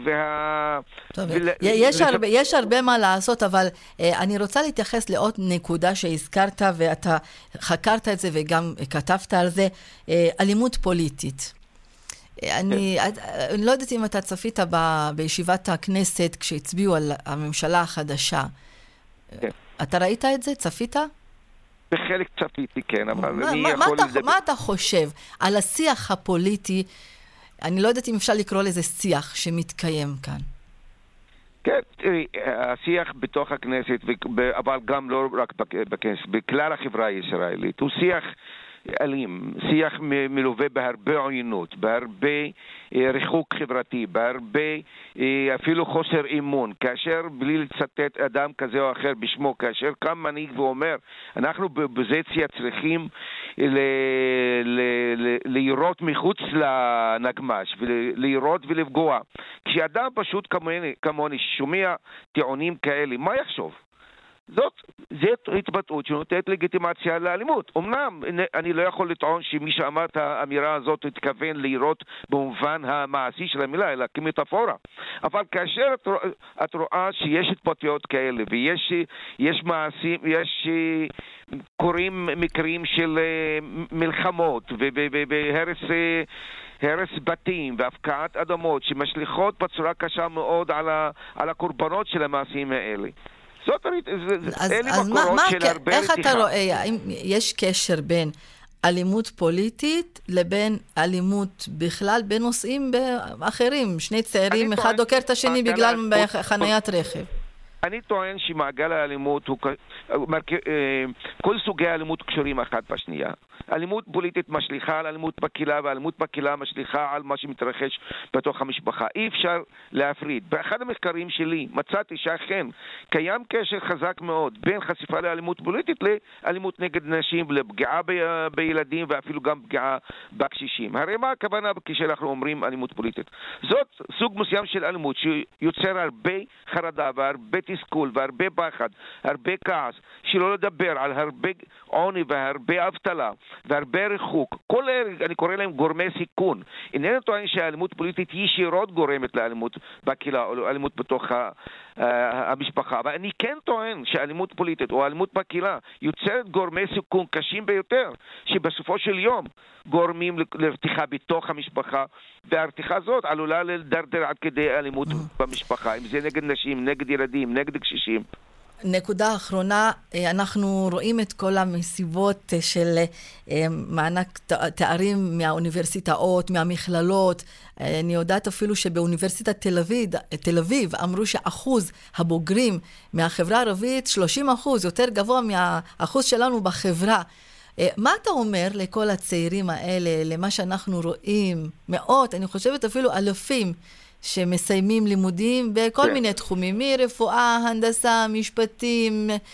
A: יש הרבה מה לעשות, אבל אני רוצה להתייחס לעוד נקודה שהזכרת, ואתה חקרת את זה וגם כתבת על זה, אלימות פוליטית. אני לא יודעת אם אתה צפית בישיבת הכנסת כשהצביעו על הממשלה החדשה. אתה ראית את זה? צפית?
D: בחלק צפיתי, כן, אבל אני יכול לדבר.
A: מה אתה חושב על השיח הפוליטי? אני לא יודעת אם אפשר לקרוא לזה שיח שמתקיים כאן.
D: כן, השיח בתוך הכנסת, אבל גם לא רק בכנסת, בכלל החברה הישראלית, הוא שיח אלים, שיח מלווה בהרבה עוינות, בהרבה ריחוק חברתי, בהרבה אפילו חוסר אמון, כאשר בלי לצטט אדם כזה או אחר בשמו, כאשר קם מנהיג ואומר, אנחנו בפוזיציה צריכים לירות מחוץ לנגמש, לירות ולפגוע. כשאדם פשוט כמוני שומע טיעונים כאלה, מה יחשוב? זאת התבטאות שנותנת לגיטימציה לאלימות. אמנם אני לא יכול לטעון שמי שאמר את האמירה הזאת התכוון לירות במובן המעשי של המילה, אלא כמטאפורה. אבל כאשר את רואה שיש התבטאויות כאלה, ויש מעשים, קורים מקרים של מלחמות והרס בתים והפקעת אדמות שמשליכות בצורה קשה מאוד על הקורבנות של המעשים האלה.
A: אז איך אתה רואה, האם יש קשר בין אלימות פוליטית לבין אלימות בכלל בנושאים אחרים? שני צעירים, אחד דוקר את השני בגלל חניית רכב.
D: אני טוען שמעגל האלימות כל סוגי האלימות קשורים אחת בשנייה. אלימות פוליטית משליכה על אלימות בקהילה, ואלימות בקהילה משליכה על מה שמתרחש בתוך המשפחה. אי אפשר להפריד. באחד המחקרים שלי מצאתי שאכן קיים קשר חזק מאוד בין חשיפה לאלימות פוליטית לאלימות נגד נשים, לפגיעה בילדים ואפילו גם פגיעה בקשישים. הרי מה הכוונה כשאנחנו אומרים אלימות פוליטית? זאת סוג מסוים של אלימות שיוצר הרבה חרדה והרבה תסכול והרבה פחד, הרבה כעס, שלא לדבר על הרבה עוני והרבה אבטלה והרבה ריחוק. כל אלה, אני קורא להם גורמי סיכון. איננו טוען שהאלימות פוליטית ישירות גורמת לאלימות בקהילה או אלימות בתוך המשפחה. אבל אני כן טוען שהאלימות פוליטית או האלימות בקהילה יוצרת גורמי סיכון קשים ביותר, שבסופו של יום גורמים לרתיחה בתוך המשפחה, והרתיחה הזאת עלולה לדרדר עד כדי אלימות במשפחה, אם זה נגד נשים, נגד ילדים, נגד קשישים.
A: נקודה אחרונה, אנחנו רואים את כל המסיבות של מענק תארים מהאוניברסיטאות, מהמכללות. אני יודעת אפילו שבאוניברסיטת תל אביב אמרו שאחוז הבוגרים מהחברה הערבית 30%, יותר גבוה מהאחוז שלנו בחברה. מה אתה אומר לכל הצעירים האלה, למה שאנחנו רואים, מאות, אני חושבת אפילו אלפים, שמסיימים לימודים בכל מיני תחומים, מרפואה, הנדסה, משפטים,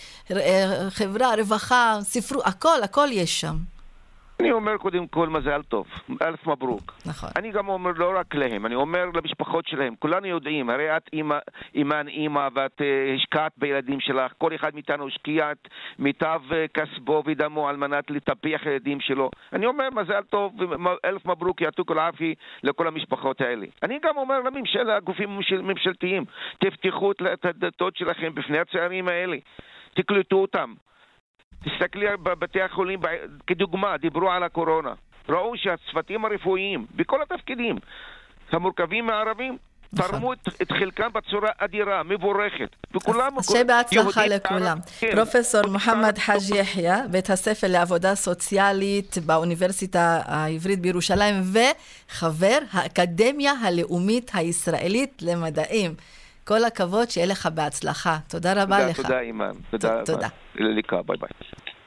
A: חברה, רווחה, ספרות, הכל יש שם.
D: אני אומר קודם כל מזל טוב, אלף מברוק.
A: נכון.
D: אני גם אומר לא רק להם, אני אומר למשפחות שלהם, כולנו יודעים, הרי את אימא ואת השקעת בילדים שלך, כל אחד מאיתנו השקיע את מיטב כסבו ודמו על מנת לטפח ילדים שלו. אני אומר מזל טוב, אלף מברוק, יעתוק ולעפי לכל המשפחות האלה. אני גם אומר לממשל, הגופים ממשלתיים, תפתחו את הדלתות שלכם בפני הצעירים האלה, תקלטו אותם. תסתכלי בבתי החולים, כדוגמה, דיברו על הקורונה. ראו שהצוותים הרפואיים, בכל התפקידים, המורכבים מהערבים, תרמו את חלקם בצורה אדירה, מבורכת. וכולם...
A: שבהצלחה לכולם. פרופסור מוחמד חאג' יחיא, בית הספר לעבודה סוציאלית באוניברסיטה העברית בירושלים, וחבר האקדמיה הלאומית הישראלית למדעים. כל הכבוד, שיהיה לך בהצלחה. תודה רבה לך.
D: תודה אימאן. תודה. לליקה, ביי ביי.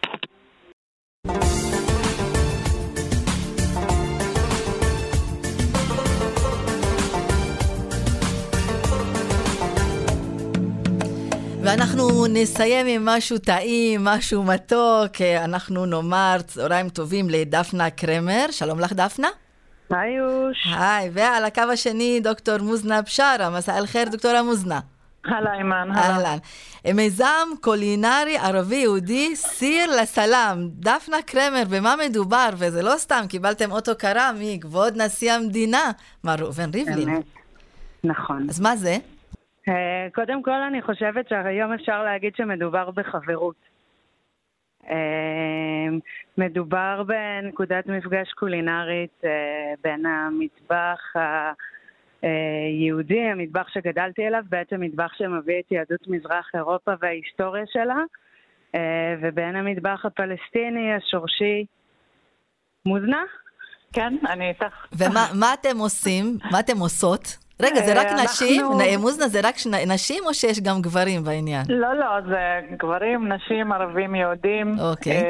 A: ואנחנו נסיים עם משהו טעים, משהו מתוק. אנחנו נאמר צהריים טובים לדפנה קרמר. שלום לך דפנה.
E: היוש.
A: היי, ועל הקו השני דוקטור מוזנה בשארה. מסע אל חיר דוקטורה מוזנה.
E: הלאה אימן.
A: אהלן. מיזם קולינרי ערבי יהודי סיר לסלאם. דפנה קרמר, במה מדובר? וזה לא סתם, קיבלתם אוטוקרה מכבוד נשיא המדינה, מר ראובן ריבלין.
E: אמת. נכון.
A: אז מה זה?
E: קודם כל אני חושבת שהיום אפשר להגיד שמדובר בחברות. מדובר בנקודת מפגש קולינרית בין המטבח היהודי, המטבח שגדלתי אליו, בעצם מטבח שמביא את יהדות מזרח אירופה וההיסטוריה שלה, ובין המטבח הפלסטיני, השורשי. מוזנה?
F: כן, אני איתך.
A: ומה אתם עושים? מה אתם עושות? רגע, זה רק נשים? מוזנה, זה רק נשים או שיש גם גברים בעניין?
F: לא, זה גברים, נשים, ערבים, יהודים.
A: אוקיי.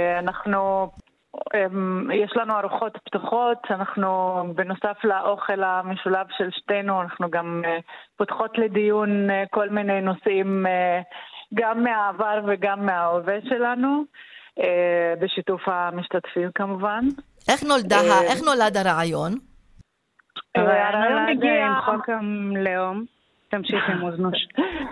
F: יש לנו ארוחות פתוחות, אנחנו בנוסף לאוכל המשולב של שתינו, אנחנו גם פותחות לדיון כל מיני נושאים, גם מהעבר וגם מההווה שלנו, בשיתוף המשתתפים כמובן.
A: איך נולד הרעיון?
E: הרעיון הגיע עם חוק הלאום. תמשיך עם אוזנוש.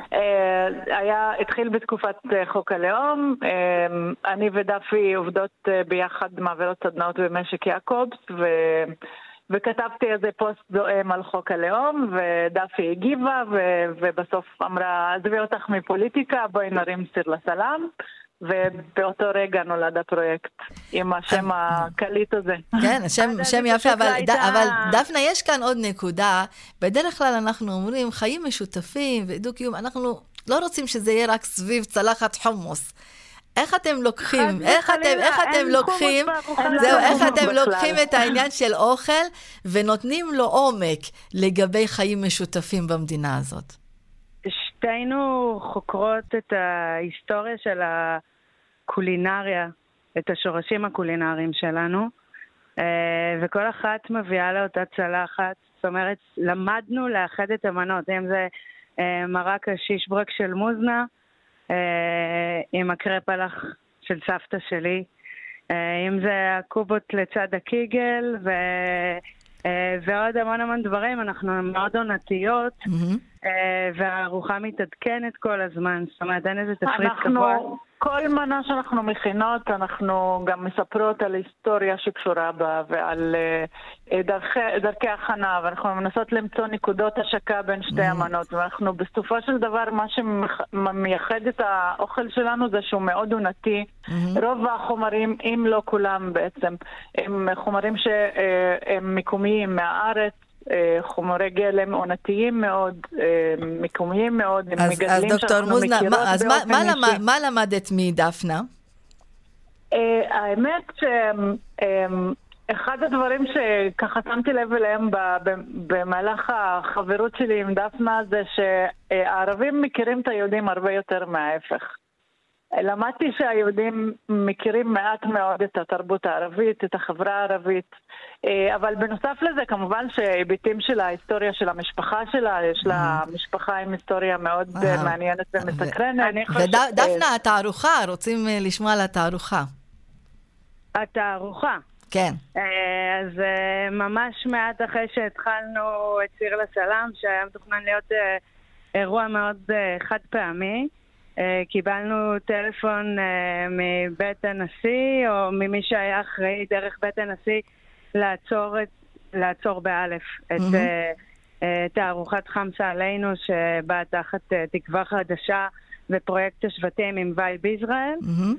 F: התחיל בתקופת חוק הלאום. אני ודפי עובדות ביחד מעבירות סדנאות במשק יעקובס, וכתבתי איזה פוסט זועם על חוק הלאום, ודפי הגיבה, ובסוף אמרה, עזבי אותך מפוליטיקה, בואי נרים סיר לסלאם. ובאותו רגע נולד הפרויקט עם השם הקליט הזה.
A: כן, השם יפה, אבל דפנה, יש כאן עוד נקודה. בדרך כלל אנחנו אומרים חיים משותפים ודו-קיום, אנחנו לא רוצים שזה יהיה רק סביב צלחת חומוס. איך אתם לוקחים, איך אתם לוקחים את העניין של אוכל ונותנים לו עומק לגבי חיים משותפים במדינה הזאת?
E: שתינו חוקרות את ההיסטוריה של הקולינריה, את השורשים הקולינריים שלנו, וכל אחת מביאה לאותה צלחת. זאת אומרת, למדנו לאחד את המנות, אם זה מרק השישברק של מוזנה, עם הקרפלח של סבתא שלי, אם זה הקובות לצד הקיגל, ועוד המון דברים. אנחנו מאוד עונתיות, והארוחה מתעדכנת כל הזמן, זאת אומרת, אין איזה תפריט קבוע.
F: כל מנה שאנחנו מכינות, אנחנו גם מספרות על היסטוריה שקשורה בה, ועל דרכי הכנה, ואנחנו מנסות למצוא נקודות השקה בין שתי המנות, ואנחנו בסופו של דבר, מה שמייחד את האוכל שלנו זה שהוא מאוד עונתי. רוב החומרים, אם לא כולם בעצם, הם חומרים שהם מקומיים מהארץ, חומרי גלם עונתיים מאוד, מקומיים מאוד.
A: אז דוקטור מוזנה, אז מה למדת מדפנה?
F: האמת שאחד הדברים שככה שמתי לב אליהם במהלך החברות שלי עם דפנה זה שהערבים מכירים את היהודים הרבה יותר מההפך. למדתי שהיהודים מכירים מעט מאוד את התרבות הערבית, את החברה הערבית, אבל בנוסף לזה כמובן שהיבטים של ההיסטוריה של המשפחה שלה, יש לה משפחה עם היסטוריה מאוד מעניינת ומסקרנת.
A: ודפנה, התערוכה, רוצים לשמוע על התערוכה.
E: התערוכה?
A: כן.
E: אז ממש מעט אחרי שהתחלנו את סיר לסלאם, שהיה מתוכנן להיות אירוע מאוד חד פעמי, קיבלנו טלפון מבית הנשיא, או ממי שהיה אחראי דרך בית הנשיא, לעצור באלף את תערוכת חמסה עלינו, שבאה תחת תקווה חדשה ופרויקט השבטים עם וייב ישראל,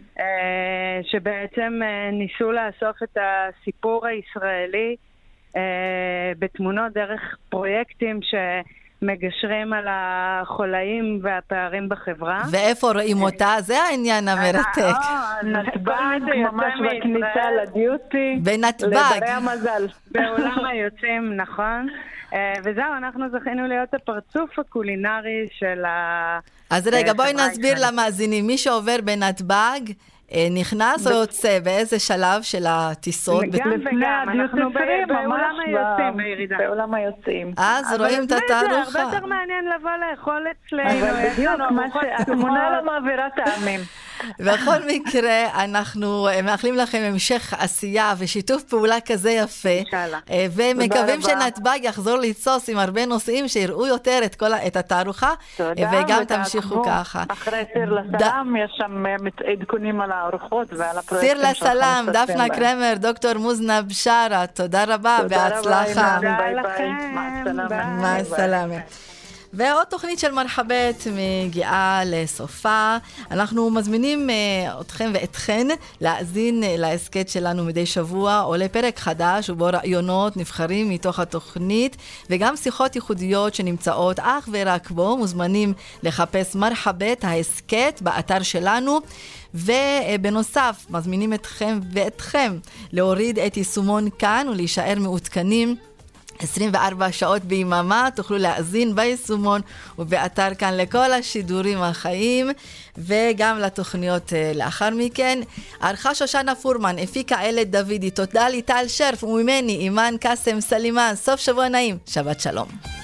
E: שבעצם ניסו לאסוף את הסיפור הישראלי בתמונות דרך פרויקטים מגשרים על החולאים והפערים בחברה.
A: ואיפה רואים אותה? זה העניין המרתק.
F: נתב"ג, ממש בכניסה לדיוטי.
A: בנתב"ג.
F: לברי המזל.
E: בעולם היוצאים, נכון. וזהו, אנחנו זכינו להיות הפרצוף הקולינרי של
A: אז רגע, בואי נסביר למאזינים. מי שעובר בנתב"ג, נכנס או יוצא? באיזה שלב של הטיסות?
F: לפני הדיוטי פרי,
E: בעולם היוצאים, בירידה.
F: בעולם היוצאים.
A: אז רואים את התערוכה.
E: זה הרבה יותר מעניין לבוא לאכול אצלנו.
F: אבל בדיוק, התמונה לא מעבירה טעמים.
A: בכל מקרה, אנחנו מאחלים לכם המשך עשייה ושיתוף פעולה כזה יפה. ומקווים שנתב"ג יחזור לצוס עם הרבה נושאים שיראו יותר את התערוכה. וגם תמשיכו ככה.
F: אחרי סיר לסלם, יש שם עדכונים על הארוחות ועל הפרויקטים.
A: סיר לסלם, דפנה קרמר, דוקטור מוזנה בשארה, תודה רבה, בהצלחה.
F: תודה לכם.
A: מה הסלאמה. ועוד תוכנית של מרחבת מגיעה לסופה. אנחנו מזמינים אתכם ואתכן להאזין להסקט שלנו מדי שבוע, עולה פרק חדש ובו רעיונות נבחרים מתוך התוכנית וגם שיחות ייחודיות שנמצאות אך ורק בו. מוזמנים לחפש מרחבת ההסקט באתר שלנו. ובנוסף מזמינים אתכם ואתכם להוריד את יישומון כאן ולהישאר מעודכנים 24 שעות ביממה. תוכלו להאזין ביישומון ובאתר כאן לכל השידורים החיים וגם לתוכניות לאחר מכן. ערכה שושנה פורמן, הפיקה אילת דוידי, תודה ליטל שרף וממני אימן קסם סלימן. סוף שבוע נעים, שבת שלום.